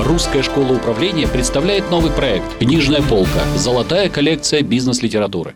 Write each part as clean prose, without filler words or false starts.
Русская школа управления представляет новый проект «Книжная полка. Золотая коллекция бизнес-литературы».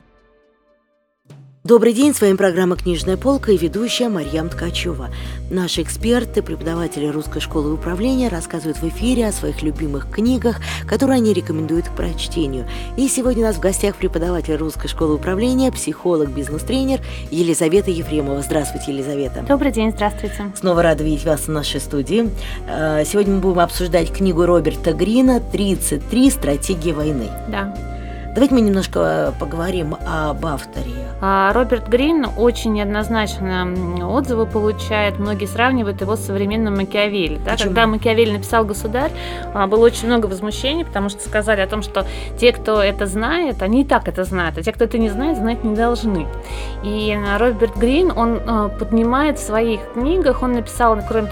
Добрый день, с вами программа «Книжная полка» и ведущая Марьям Ткачева. Наши эксперты, преподаватели Русской школы управления рассказывают в эфире о своих любимых книгах, которые они рекомендуют к прочтению. И сегодня у нас в гостях преподаватель Русской школы управления, психолог, бизнес-тренер Елизавета Ефремова. Здравствуйте, Елизавета. Добрый день, здравствуйте. Снова рада видеть вас в нашей студии. Сегодня мы будем обсуждать книгу Роберта Грина «33 стратегии войны». Да. Давайте мы немножко поговорим об авторе. Роберт Грин очень неоднозначно отзывы получает. Многие сравнивают его с современным Макиавелли. Да? Когда Макиавелли написал «Государь», было очень много возмущений, потому что сказали о том, что те, кто это знает, они и так это знают, а те, кто это не знает, знать не должны. И Роберт Грин, он поднимает в своих книгах, он написал, кроме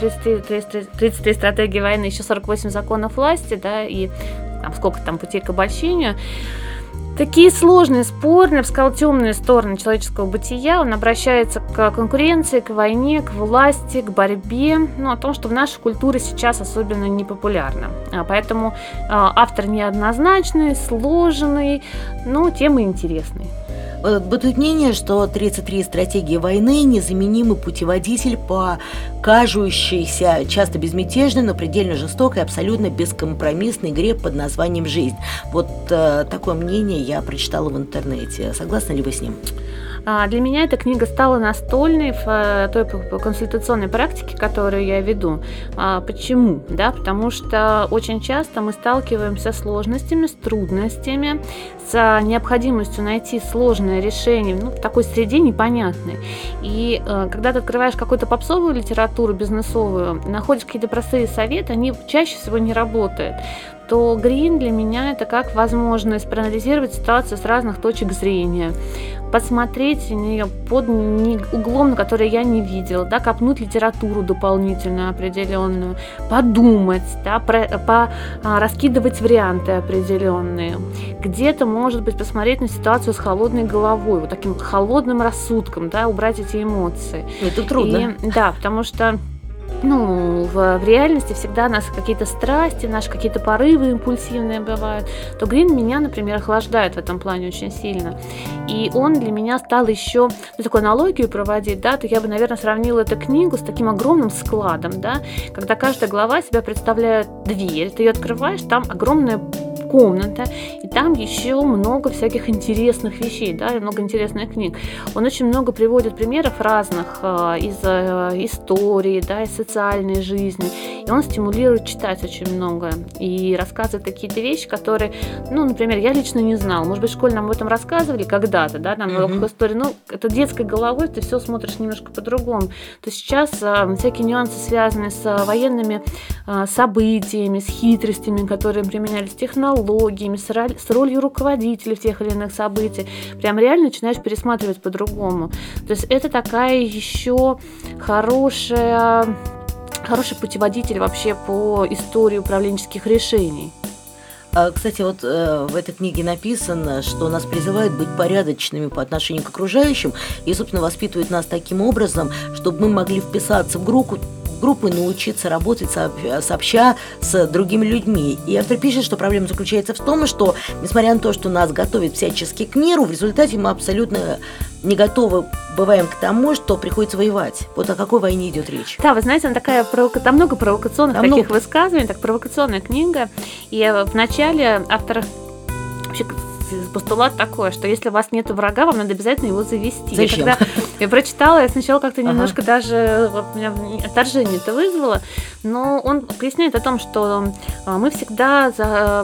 33 стратегии войны, еще 48 законов власти, да, и сколько там путей к обольщению. Такие сложные, спорные, я бы сказала, темные стороны человеческого бытия. Он обращается к конкуренции, к войне, к власти, к борьбе. О том, что в нашей культуре сейчас особенно не популярно. Поэтому автор неоднозначный, сложный, но тема интересная. Бытует мнение, что 33 стратегии войны – незаменимый путеводитель по кажущейся часто безмятежной, но предельно жестокой, абсолютно бескомпромиссной игре под названием «Жизнь». Вот такое мнение я прочитала в интернете. Согласны ли вы с ним? Для меня эта книга стала настольной в той консультационной практике, которую я веду. Почему? Потому что очень часто мы сталкиваемся с сложностями, с трудностями, с необходимостью найти сложное решение в такой среде непонятной. И когда ты открываешь какую-то попсовую литературу, бизнесовую, находишь какие-то простые советы, они чаще всего не работают. То Грин для меня это как возможность проанализировать ситуацию с разных точек зрения, посмотреть на нее под углом, на который я не видела, копнуть литературу дополнительную определенную, подумать, раскидывать варианты определенные. Где-то, может быть, посмотреть на ситуацию с холодной головой, таким холодным рассудком, убрать эти эмоции. Это трудно. Потому что в реальности всегда у нас какие-то страсти, наши какие-то порывы импульсивные бывают, то Грин меня, например, охлаждает в этом плане очень сильно. И он для меня стал еще, такую аналогию проводить, то я бы, наверное, сравнила эту книгу с таким огромным складом, когда каждая глава себя представляет дверь, ты ее открываешь, там огромная комната, и там еще много всяких интересных вещей, и много интересных книг. Он очень много приводит примеров разных из истории, из социальной жизни, и он стимулирует читать очень много и рассказывает какие-то вещи, которые, например, я лично не знала. Может быть, в школе нам об этом рассказывали когда-то, там в истории, это детской головой, ты все смотришь немножко по-другому. То сейчас всякие нюансы, связанные с военными событиями, с хитростями, которые применялись, технологиями, с ролью руководителей в тех или иных событиях, прям реально начинаешь пересматривать по-другому. То есть это такая еще хороший путеводитель вообще по истории управленческих решений. Кстати, в этой книге написано, что нас призывают быть порядочными по отношению к окружающим и, собственно, воспитывают нас таким образом, чтобы мы могли вписаться в группу и научиться работать сообща с другими людьми. И автор пишет, что проблема заключается в том, что, несмотря на то, что нас готовят всячески к миру, в результате мы абсолютно не готовы бываем к тому, что приходится воевать. Вот о какой войне идет речь? Да, вы знаете, она такая там много провокационных высказываний, провокационная книга. И вначале автор вообще постулат такой, что если у вас нет врага, вам надо обязательно его завести. Зачем? Когда я прочитала, я сначала как-то немножко даже у меня отторжение это вызвало, но он поясняет о том, что мы всегда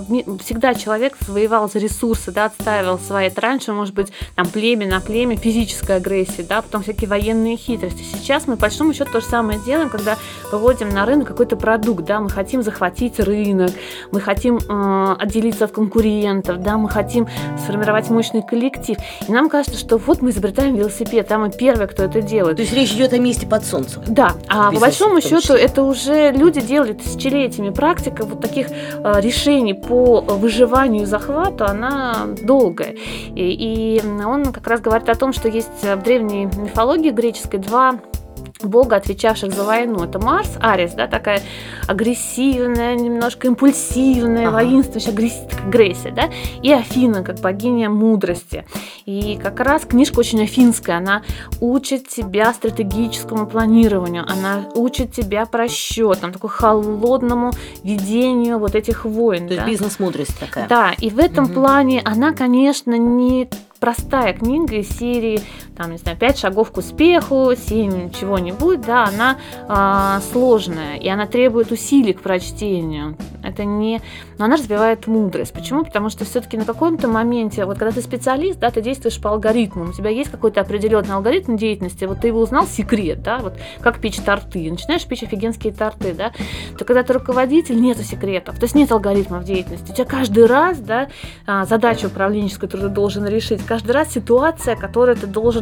человек воевал за ресурсы, отстаивал свои. Это раньше, может быть, племя на племя, физическая агрессия, потом всякие военные хитрости. Сейчас мы, по большому счету, то же самое делаем, когда выводим на рынок какой-то продукт, мы хотим захватить рынок, мы хотим отделиться от конкурентов, мы хотим сформировать мощный коллектив. И нам кажется, что вот мы изобретаем велосипед, мы первые, кто это делает. То есть речь идет о месте под солнцем. Да, а по большому счету это уже люди делали тысячелетиями. Практика таких решений по выживанию и захвату, она долгая. И он как раз говорит о том, что есть в древней мифологии греческой два бога, отвечавших за войну. Это Марс, Арис, да, такая агрессивная, немножко импульсивная, воинственная, агрессия, да, и Афина, как богиня мудрости. И как раз книжка очень афинская, она учит тебя стратегическому планированию, она учит тебя просчетам, такому холодному ведению вот этих войн. То есть бизнес-мудрость такая. Да, и в этом плане она, конечно, не простая книга из серии, там, не знаю, 5 шагов к успеху, 7 чего-нибудь, да, она сложная, и она требует усилий к прочтению. Это не... Но она развивает мудрость. Почему? Потому что все-таки на каком-то моменте, вот когда ты специалист, да, ты действуешь по алгоритмам, у тебя есть какой-то определенный алгоритм деятельности, вот ты его узнал, секрет, да, вот как печь торты, начинаешь печь офигенские торты, да, то когда ты руководитель, нету секретов, то есть нет алгоритмов деятельности. У тебя каждый раз, да, задача управленческую, которую ты должен решить, каждый раз ситуация, которую ты должен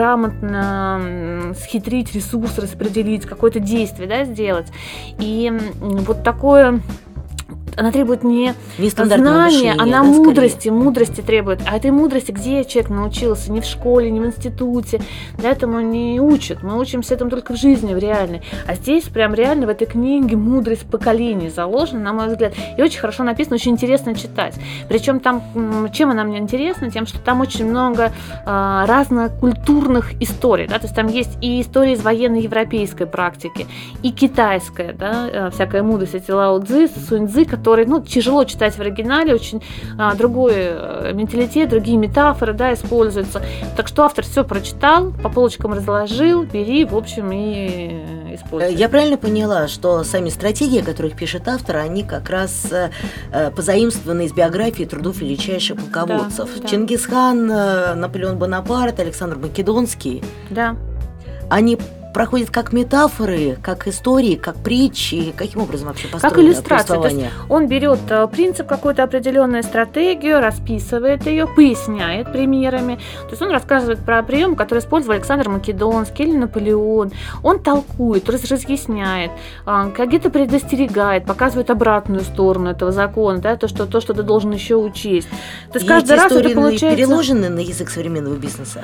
грамотно схитрить, ресурс распределить, какое-то действие, да, сделать. И вот такое... Она требует не знания, она мудрости требует. А этой мудрости, где человек научился? Не в школе, не в институте. Для этого не учат. Мы учимся этому только в жизни, в реальной. А здесь прям реально в этой книге мудрость поколений заложена, на мой взгляд. И очень хорошо написано, очень интересно читать. Причем там, чем она мне интересна? Тем, что там очень много разнокультурных историй. Да? То есть там есть и истории из военно-европейской практики, и китайская, да? Всякая мудрость, эти Лао Цзы, Сунь Цзы, который, тяжело читать в оригинале, очень другой менталитет, другие метафоры, да, используются. Так что автор все прочитал, по полочкам разложил, бери, в общем, и используй. Я правильно поняла, что сами стратегии, о которых пишет автор, они как раз позаимствованы из биографии трудов величайших полководцев. Да. Чингисхан, Наполеон Бонапарт, Александр Македонский. Да. Они проходит как метафоры, как истории, как притчи, каким образом вообще построено как иллюстрация. повествование? То есть он берет принцип, какую-то определенную стратегию, расписывает ее, поясняет примерами. То есть он рассказывает про прием, который использовал Александр Македонский или Наполеон. Он толкует, разъясняет, где-то предостерегает, показывает обратную сторону этого закона, да, то, что ты должен еще учесть. То есть и каждый эти раз истории это получается переложены на язык современного бизнеса?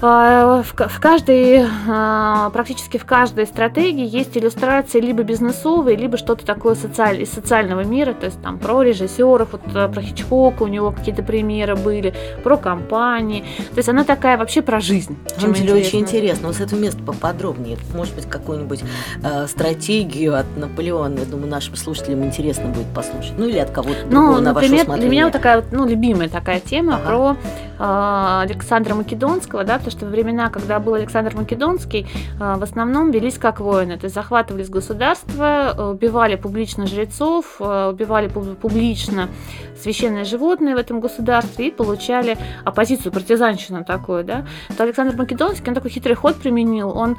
В каждой, практически в каждой стратегии есть иллюстрации либо бизнесовые, либо что-то такое из социального мира, то есть там про режиссеров, вот про Хичкока у него какие-то примеры были, про компании. То есть она такая вообще про жизнь. Очень интересно. Вот с этого места поподробнее. Может быть, какую-нибудь стратегию от Наполеона, я думаю, нашим слушателям интересно будет послушать. Ну или от кого-то другого, на ваше усмотрение. Для меня вот такая любимая такая тема про Александра Македонского, да, потому что во времена, когда был Александр Македонский, в основном велись как войны, то есть захватывались государства, убивали публично жрецов, убивали публично священные животные в этом государстве и получали оппозицию, партизанщину такую, да. То Александр Македонский, он такой хитрый ход применил, он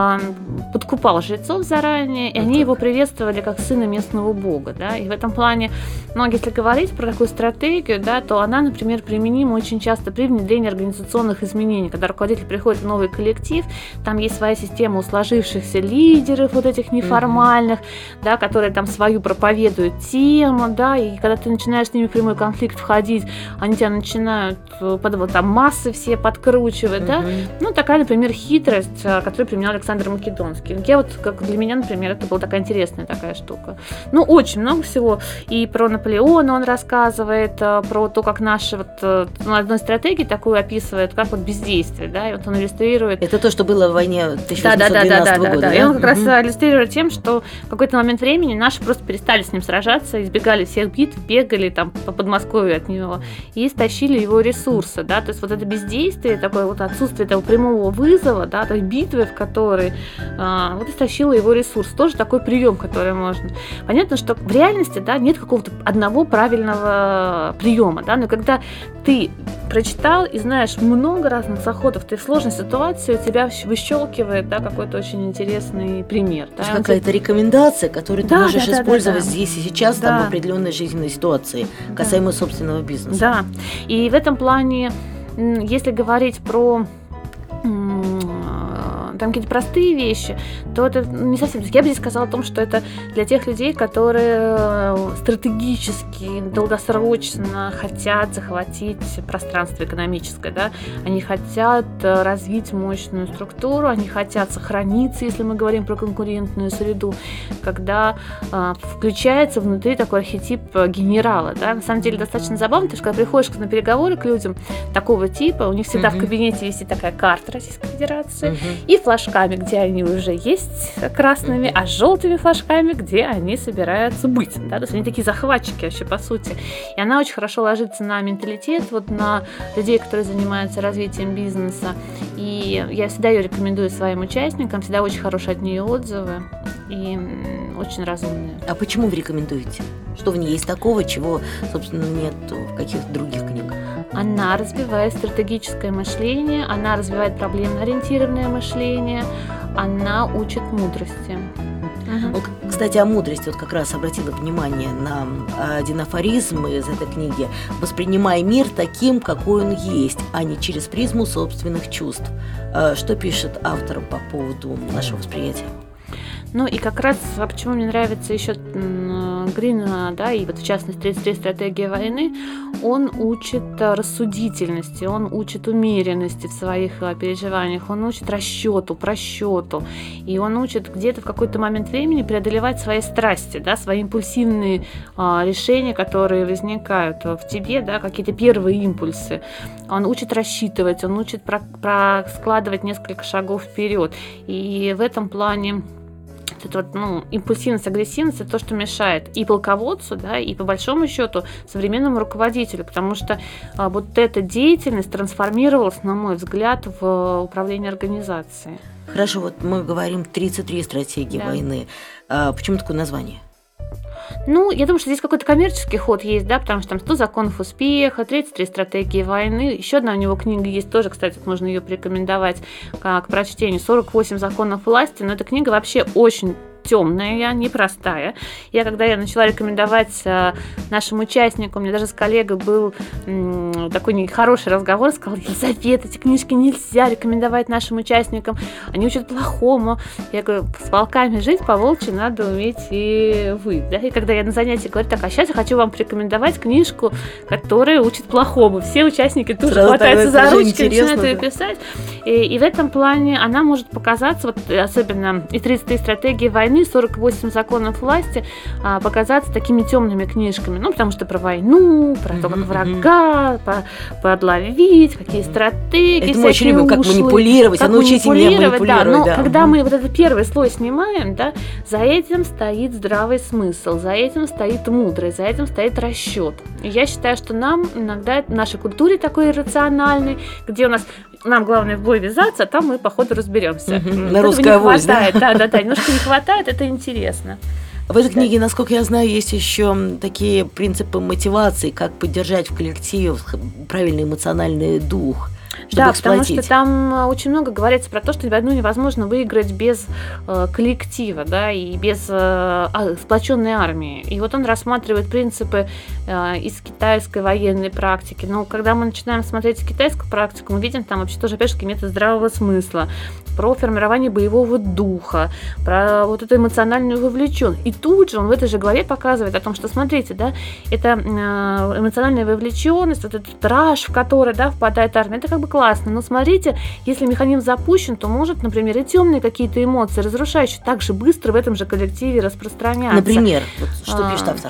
подкупал жрецов заранее, и они его приветствовали как сына местного бога, да, и в этом плане, если говорить про такую стратегию, да, то она, например, применима очень часто при внедрении организационных изменений, когда руководитель приходит в новый коллектив, там есть своя система сложившихся лидеров, вот этих неформальных, да, которые там свою проповедуют тему, да, и когда ты начинаешь с ними в прямой конфликт входить, они тебя начинают там массы все подкручивать, да, такая, например, хитрость, которую применял Александр Македонский. Как для меня, например, это была такая интересная такая штука. Очень много всего, и про Наполеона он рассказывает, про то, как наши одной стратегии такую описывает, как бездействие, да, и он иллюстрирует. Это то, что было в войне 1812 года, да? И он как раз иллюстрирует тем, что в какой-то момент времени наши просто перестали с ним сражаться, избегали всех битв, бегали там по Подмосковью от него и истощили его ресурсы, да, то есть это бездействие, такое отсутствие этого прямого вызова, да, той битвы, в которой истощило его ресурс, тоже такой прием, который можно. Понятно, что в реальности, да, нет какого-то одного правильного приема, да, но когда ты прочитал и знаешь много разных заходов, ты в сложной ситуации, у тебя выщелкивает, да, какой-то очень интересный пример. Да? Какая-то рекомендация, которую ты можешь использовать здесь и сейчас, там, в определенной жизненной ситуации, касаемо собственного бизнеса. Да, и в этом плане, если говорить про там какие-то простые вещи, то это не совсем. Я бы здесь сказала о том, что это для тех людей, которые стратегически, долгосрочно хотят захватить пространство экономическое, да, они хотят развить мощную структуру, они хотят сохраниться, если мы говорим про конкурентную среду, когда включается внутри такой архетип генерала, да. На самом деле достаточно забавно, потому что когда приходишь на переговоры к людям такого типа, у них всегда в кабинете висит такая карта Российской Федерации и флажками, где они уже есть красными, а с желтыми флажками, где они собираются быть, да, то есть они такие захватчики вообще по сути. И она очень хорошо ложится на менталитет, вот на людей, которые занимаются развитием бизнеса. И я всегда ее рекомендую своим участникам, всегда очень хорошие от нее отзывы и очень разумные. А почему вы рекомендуете? Что в ней есть такого, чего, собственно, нет в каких-то других книгах? Она развивает стратегическое мышление, она развивает проблемно-ориентированное мышление, она учит мудрости. Вот, кстати, о мудрости. Вот как раз обратила внимание на один афоризм из этой книги. «Воспринимай мир таким, какой он есть, а не через призму собственных чувств». Что пишет автор по поводу нашего восприятия? Ну и как раз, почему мне нравится еще Грин, да, и вот в частности 33 стратегии войны, он учит рассудительности, он учит умеренности в своих переживаниях, он учит расчету, просчету, и он учит где-то в какой-то момент времени преодолевать свои страсти, да, свои импульсивные решения, которые возникают в тебе, да, какие-то первые импульсы. Он учит рассчитывать, он учит складывать несколько шагов вперед, и в этом плане это вот, импульсивность, агрессивность – это то, что мешает и полководцу, да, и по большому счету современному руководителю, потому что вот эта деятельность трансформировалась, на мой взгляд, в управление организацией. Хорошо, вот мы говорим 33 стратегии войны. Почему такое название? Ну, я думаю, что здесь какой-то коммерческий ход есть, да, потому что там 100 законов успеха, 33 стратегии войны. Еще одна у него книга есть тоже, кстати, можно ее порекомендовать к прочтению. 48 законов власти. Но эта книга вообще очень темная, непростая. Когда я начала рекомендовать нашим участникам, у меня даже с коллегой был такой нехороший разговор, сказал: Елизавета, эти книжки нельзя рекомендовать нашим участникам, они учат плохому. Я говорю, с волками жить по-волчьи надо уметь и вы. Да? И когда я на занятии говорю, так, а сейчас я хочу вам порекомендовать книжку, которая учит плохому. Все участники тут же хватаются за ручки, начинают ее писать. И в этом плане она может показаться, вот, особенно и 33 стратегии войны, 48 законов власти, показаться такими темными книжками. Ну, потому что про войну, про то, как врага подловить, какие стратегии. Это мы очень любим, как манипулировать, а научите меня манипулировать. Да, но когда мы вот этот первый слой снимаем, да, за этим стоит здравый смысл, за этим стоит мудрость, за этим стоит расчет. И я считаю, что нам иногда в нашей культуре такой иррациональной, где нам главное в бой ввязаться, а там мы по ходу разберемся. На русская война. Да, немножко не хватает, это интересно. В этой книге, насколько я знаю, есть еще такие принципы мотивации, как поддержать в коллективе правильный эмоциональный дух. Да, потому что там очень много говорится про то, что войну невозможно выиграть без коллектива, да, и без сплоченной армии. И вот он рассматривает принципы из китайской военной практики. Но когда мы начинаем смотреть китайскую практику, мы видим там вообще тоже, опять же, метод здравого смысла, про формирование боевого духа, про вот эту эмоциональную вовлеченность. И тут же он в этой же главе показывает о том, что, смотрите, да, это эмоциональная вовлеченность, вот этот раж, в который, да, впадает армия, это как бы классно. Но смотрите, если механизм запущен, то может, например, и темные какие-то эмоции, разрушающие, так же быстро в этом же коллективе распространяться. Например, вот, что пишет автор?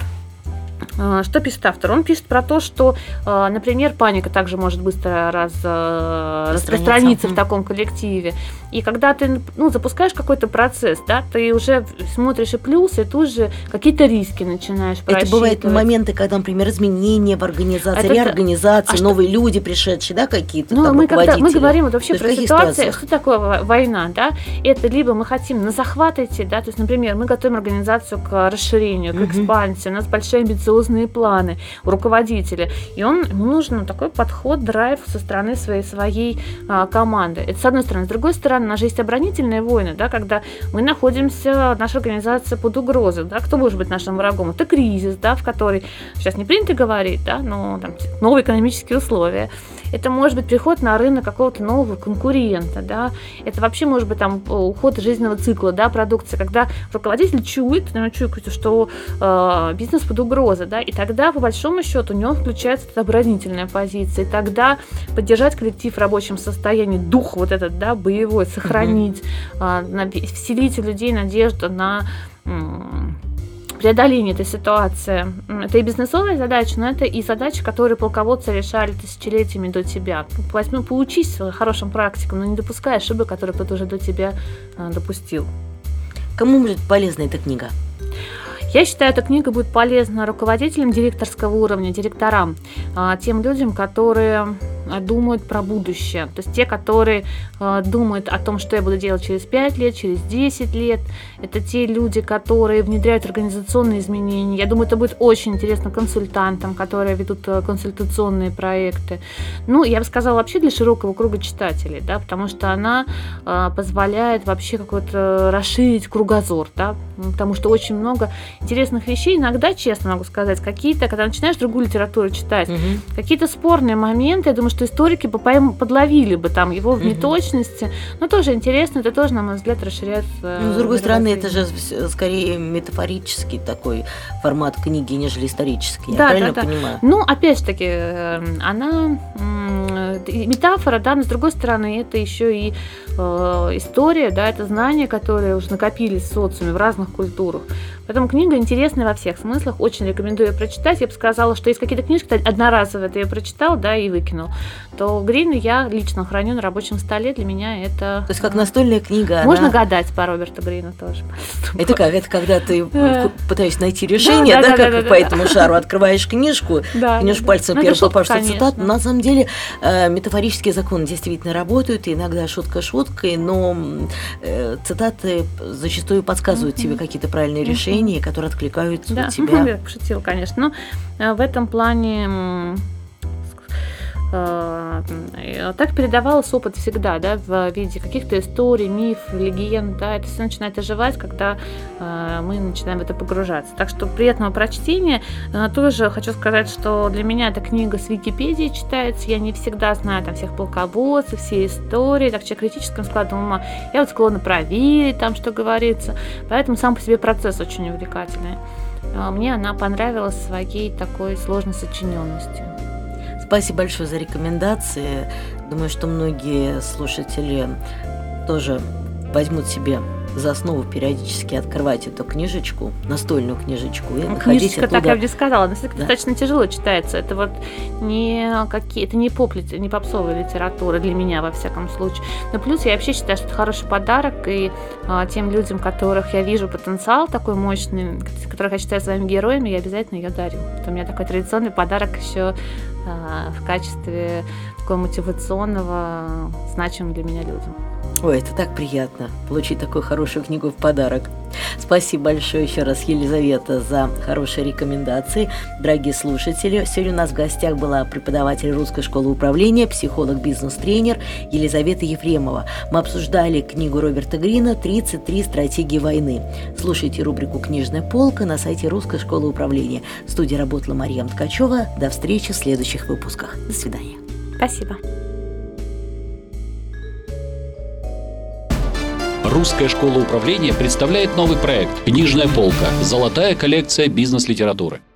Что пишет автор? Он пишет про то, что, например, паника также может быстро распространиться в таком коллективе. И когда ты запускаешь какой-то процесс, да, ты уже смотришь и плюсы, и тут же какие-то риски начинаешь просчитывать. Это бывают моменты, когда, например, изменения в организации, реорганизации, новые люди пришедшие, да, какие-то там руководители. Мы говорим вот вообще про ситуацию, что такое война, да? Это либо мы хотим на захват идти, да, то есть, например, мы готовим организацию к расширению, к экспансии, у нас большие амбициозные планы у руководителя, и ему нужен такой подход, драйв со стороны своей команды. Это с одной стороны. С другой стороны, у нас же есть оборонительные войны, да, когда мы находимся, наша организация под угрозой, да, кто может быть нашим врагом? Это кризис, да, в который сейчас не принято говорить, да, но там новые экономические условия. это может быть приход на рынок какого-то нового конкурента, да, это вообще может быть там уход жизненного цикла, да, продукции, когда руководитель чует, что бизнес под угрозой, да, и тогда, по большому счету, у него включается оборонительная позиция, и тогда поддержать коллектив в рабочем состоянии, дух вот этот, да, боевой, сохранить, вселить у людей надежду на преодоление этой ситуации. Это и бизнесовая задача, но это и задача, которую полководцы решали тысячелетиями до тебя. Поучись хорошим практикам, но не допускай ошибок, которые кто-то уже до тебя допустил. Кому будет полезна эта книга? Я считаю, эта книга будет полезна руководителям директорского уровня, директорам, тем людям, которые думают про будущее. То есть те, которые думают о том, что я буду делать через 5 лет, через 10 лет. Это те люди, которые внедряют организационные изменения. Я думаю, это будет очень интересно консультантам, которые ведут консультационные проекты. Ну, я бы сказала, вообще для широкого круга читателей, да, потому что она позволяет вообще какой-то расширить кругозор, да, потому что очень много интересных вещей. Иногда, честно могу сказать, какие-то, когда начинаешь другую литературу читать, какие-то спорные моменты, я думаю, что историки бы подловили бы там его в неточности, но тоже интересно, это тоже, на мой взгляд, расширяет. Ну, с другой стороны, это же скорее метафорический такой формат книги, нежели исторический, я правильно понимаю? Ну, опять же таки, она метафора, да, но с другой стороны, это еще и история, да, это знания, которые уже накопились в социуме в разных культурах. Поэтому книга интересная во всех смыслах, очень рекомендую ее прочитать. Я бы сказала, что есть какие-то книжки, одноразовые ты ее прочитал, да, и выкинул, то Грина я лично храню на рабочем столе, для меня это... То есть как настольная книга. Можно гадать по Роберту Грину тоже. Это как? Это когда ты пытаешься найти решение, да, как по этому шару открываешь книжку, кнешь пальцем первую попавшую цитату. На самом деле метафорические законы действительно работают, и иногда шутка шуткой, но цитаты зачастую подсказывают тебе какие-то правильные решения, которые откликаются у тебя. Я пошутила, конечно. Но в этом плане так передавалось опыт всегда, да, в виде каких-то историй, мифов, легенд, да, это все начинает оживать, когда мы начинаем в это погружаться. Так что приятного прочтения. Тоже хочу сказать, что для меня эта книга с Википедии читается, я не всегда знаю там всех полководцев, все истории, так что критическим складом ума я вот склонна проверить там, что говорится, поэтому сам по себе процесс очень увлекательный. Мне она понравилась своей такой сложной сочиненностью. Спасибо большое за рекомендации. Думаю, что многие слушатели тоже возьмут себе за основу периодически открывать эту книжечку, настольную книжечку, и находить книжечка, оттуда... так я бы не сказала, она достаточно тяжело читается. Это вот не попсовая литература для меня, во всяком случае. Но плюс я вообще считаю, что это хороший подарок, и тем людям, которых я вижу потенциал такой мощный, которых я считаю своими героями, я обязательно ее дарю. Это у меня такой традиционный подарок еще в качестве такого мотивационного, значимого для меня людям. Ой, это так приятно, получить такую хорошую книгу в подарок. Спасибо большое еще раз, Елизавета, за хорошие рекомендации. Дорогие слушатели, сегодня у нас в гостях была преподаватель Русской школы управления, психолог, бизнес-тренер Елизавета Ефремова. Мы обсуждали книгу Роберта Грина «33 стратегии войны». Слушайте рубрику «Книжная полка» на сайте Русской школы управления. В студии работала Марьям Ткачева. До встречи в следующих выпусках. До свидания. Спасибо. Русская школа управления представляет новый проект «Книжная полка. Золотая коллекция бизнес-литературы».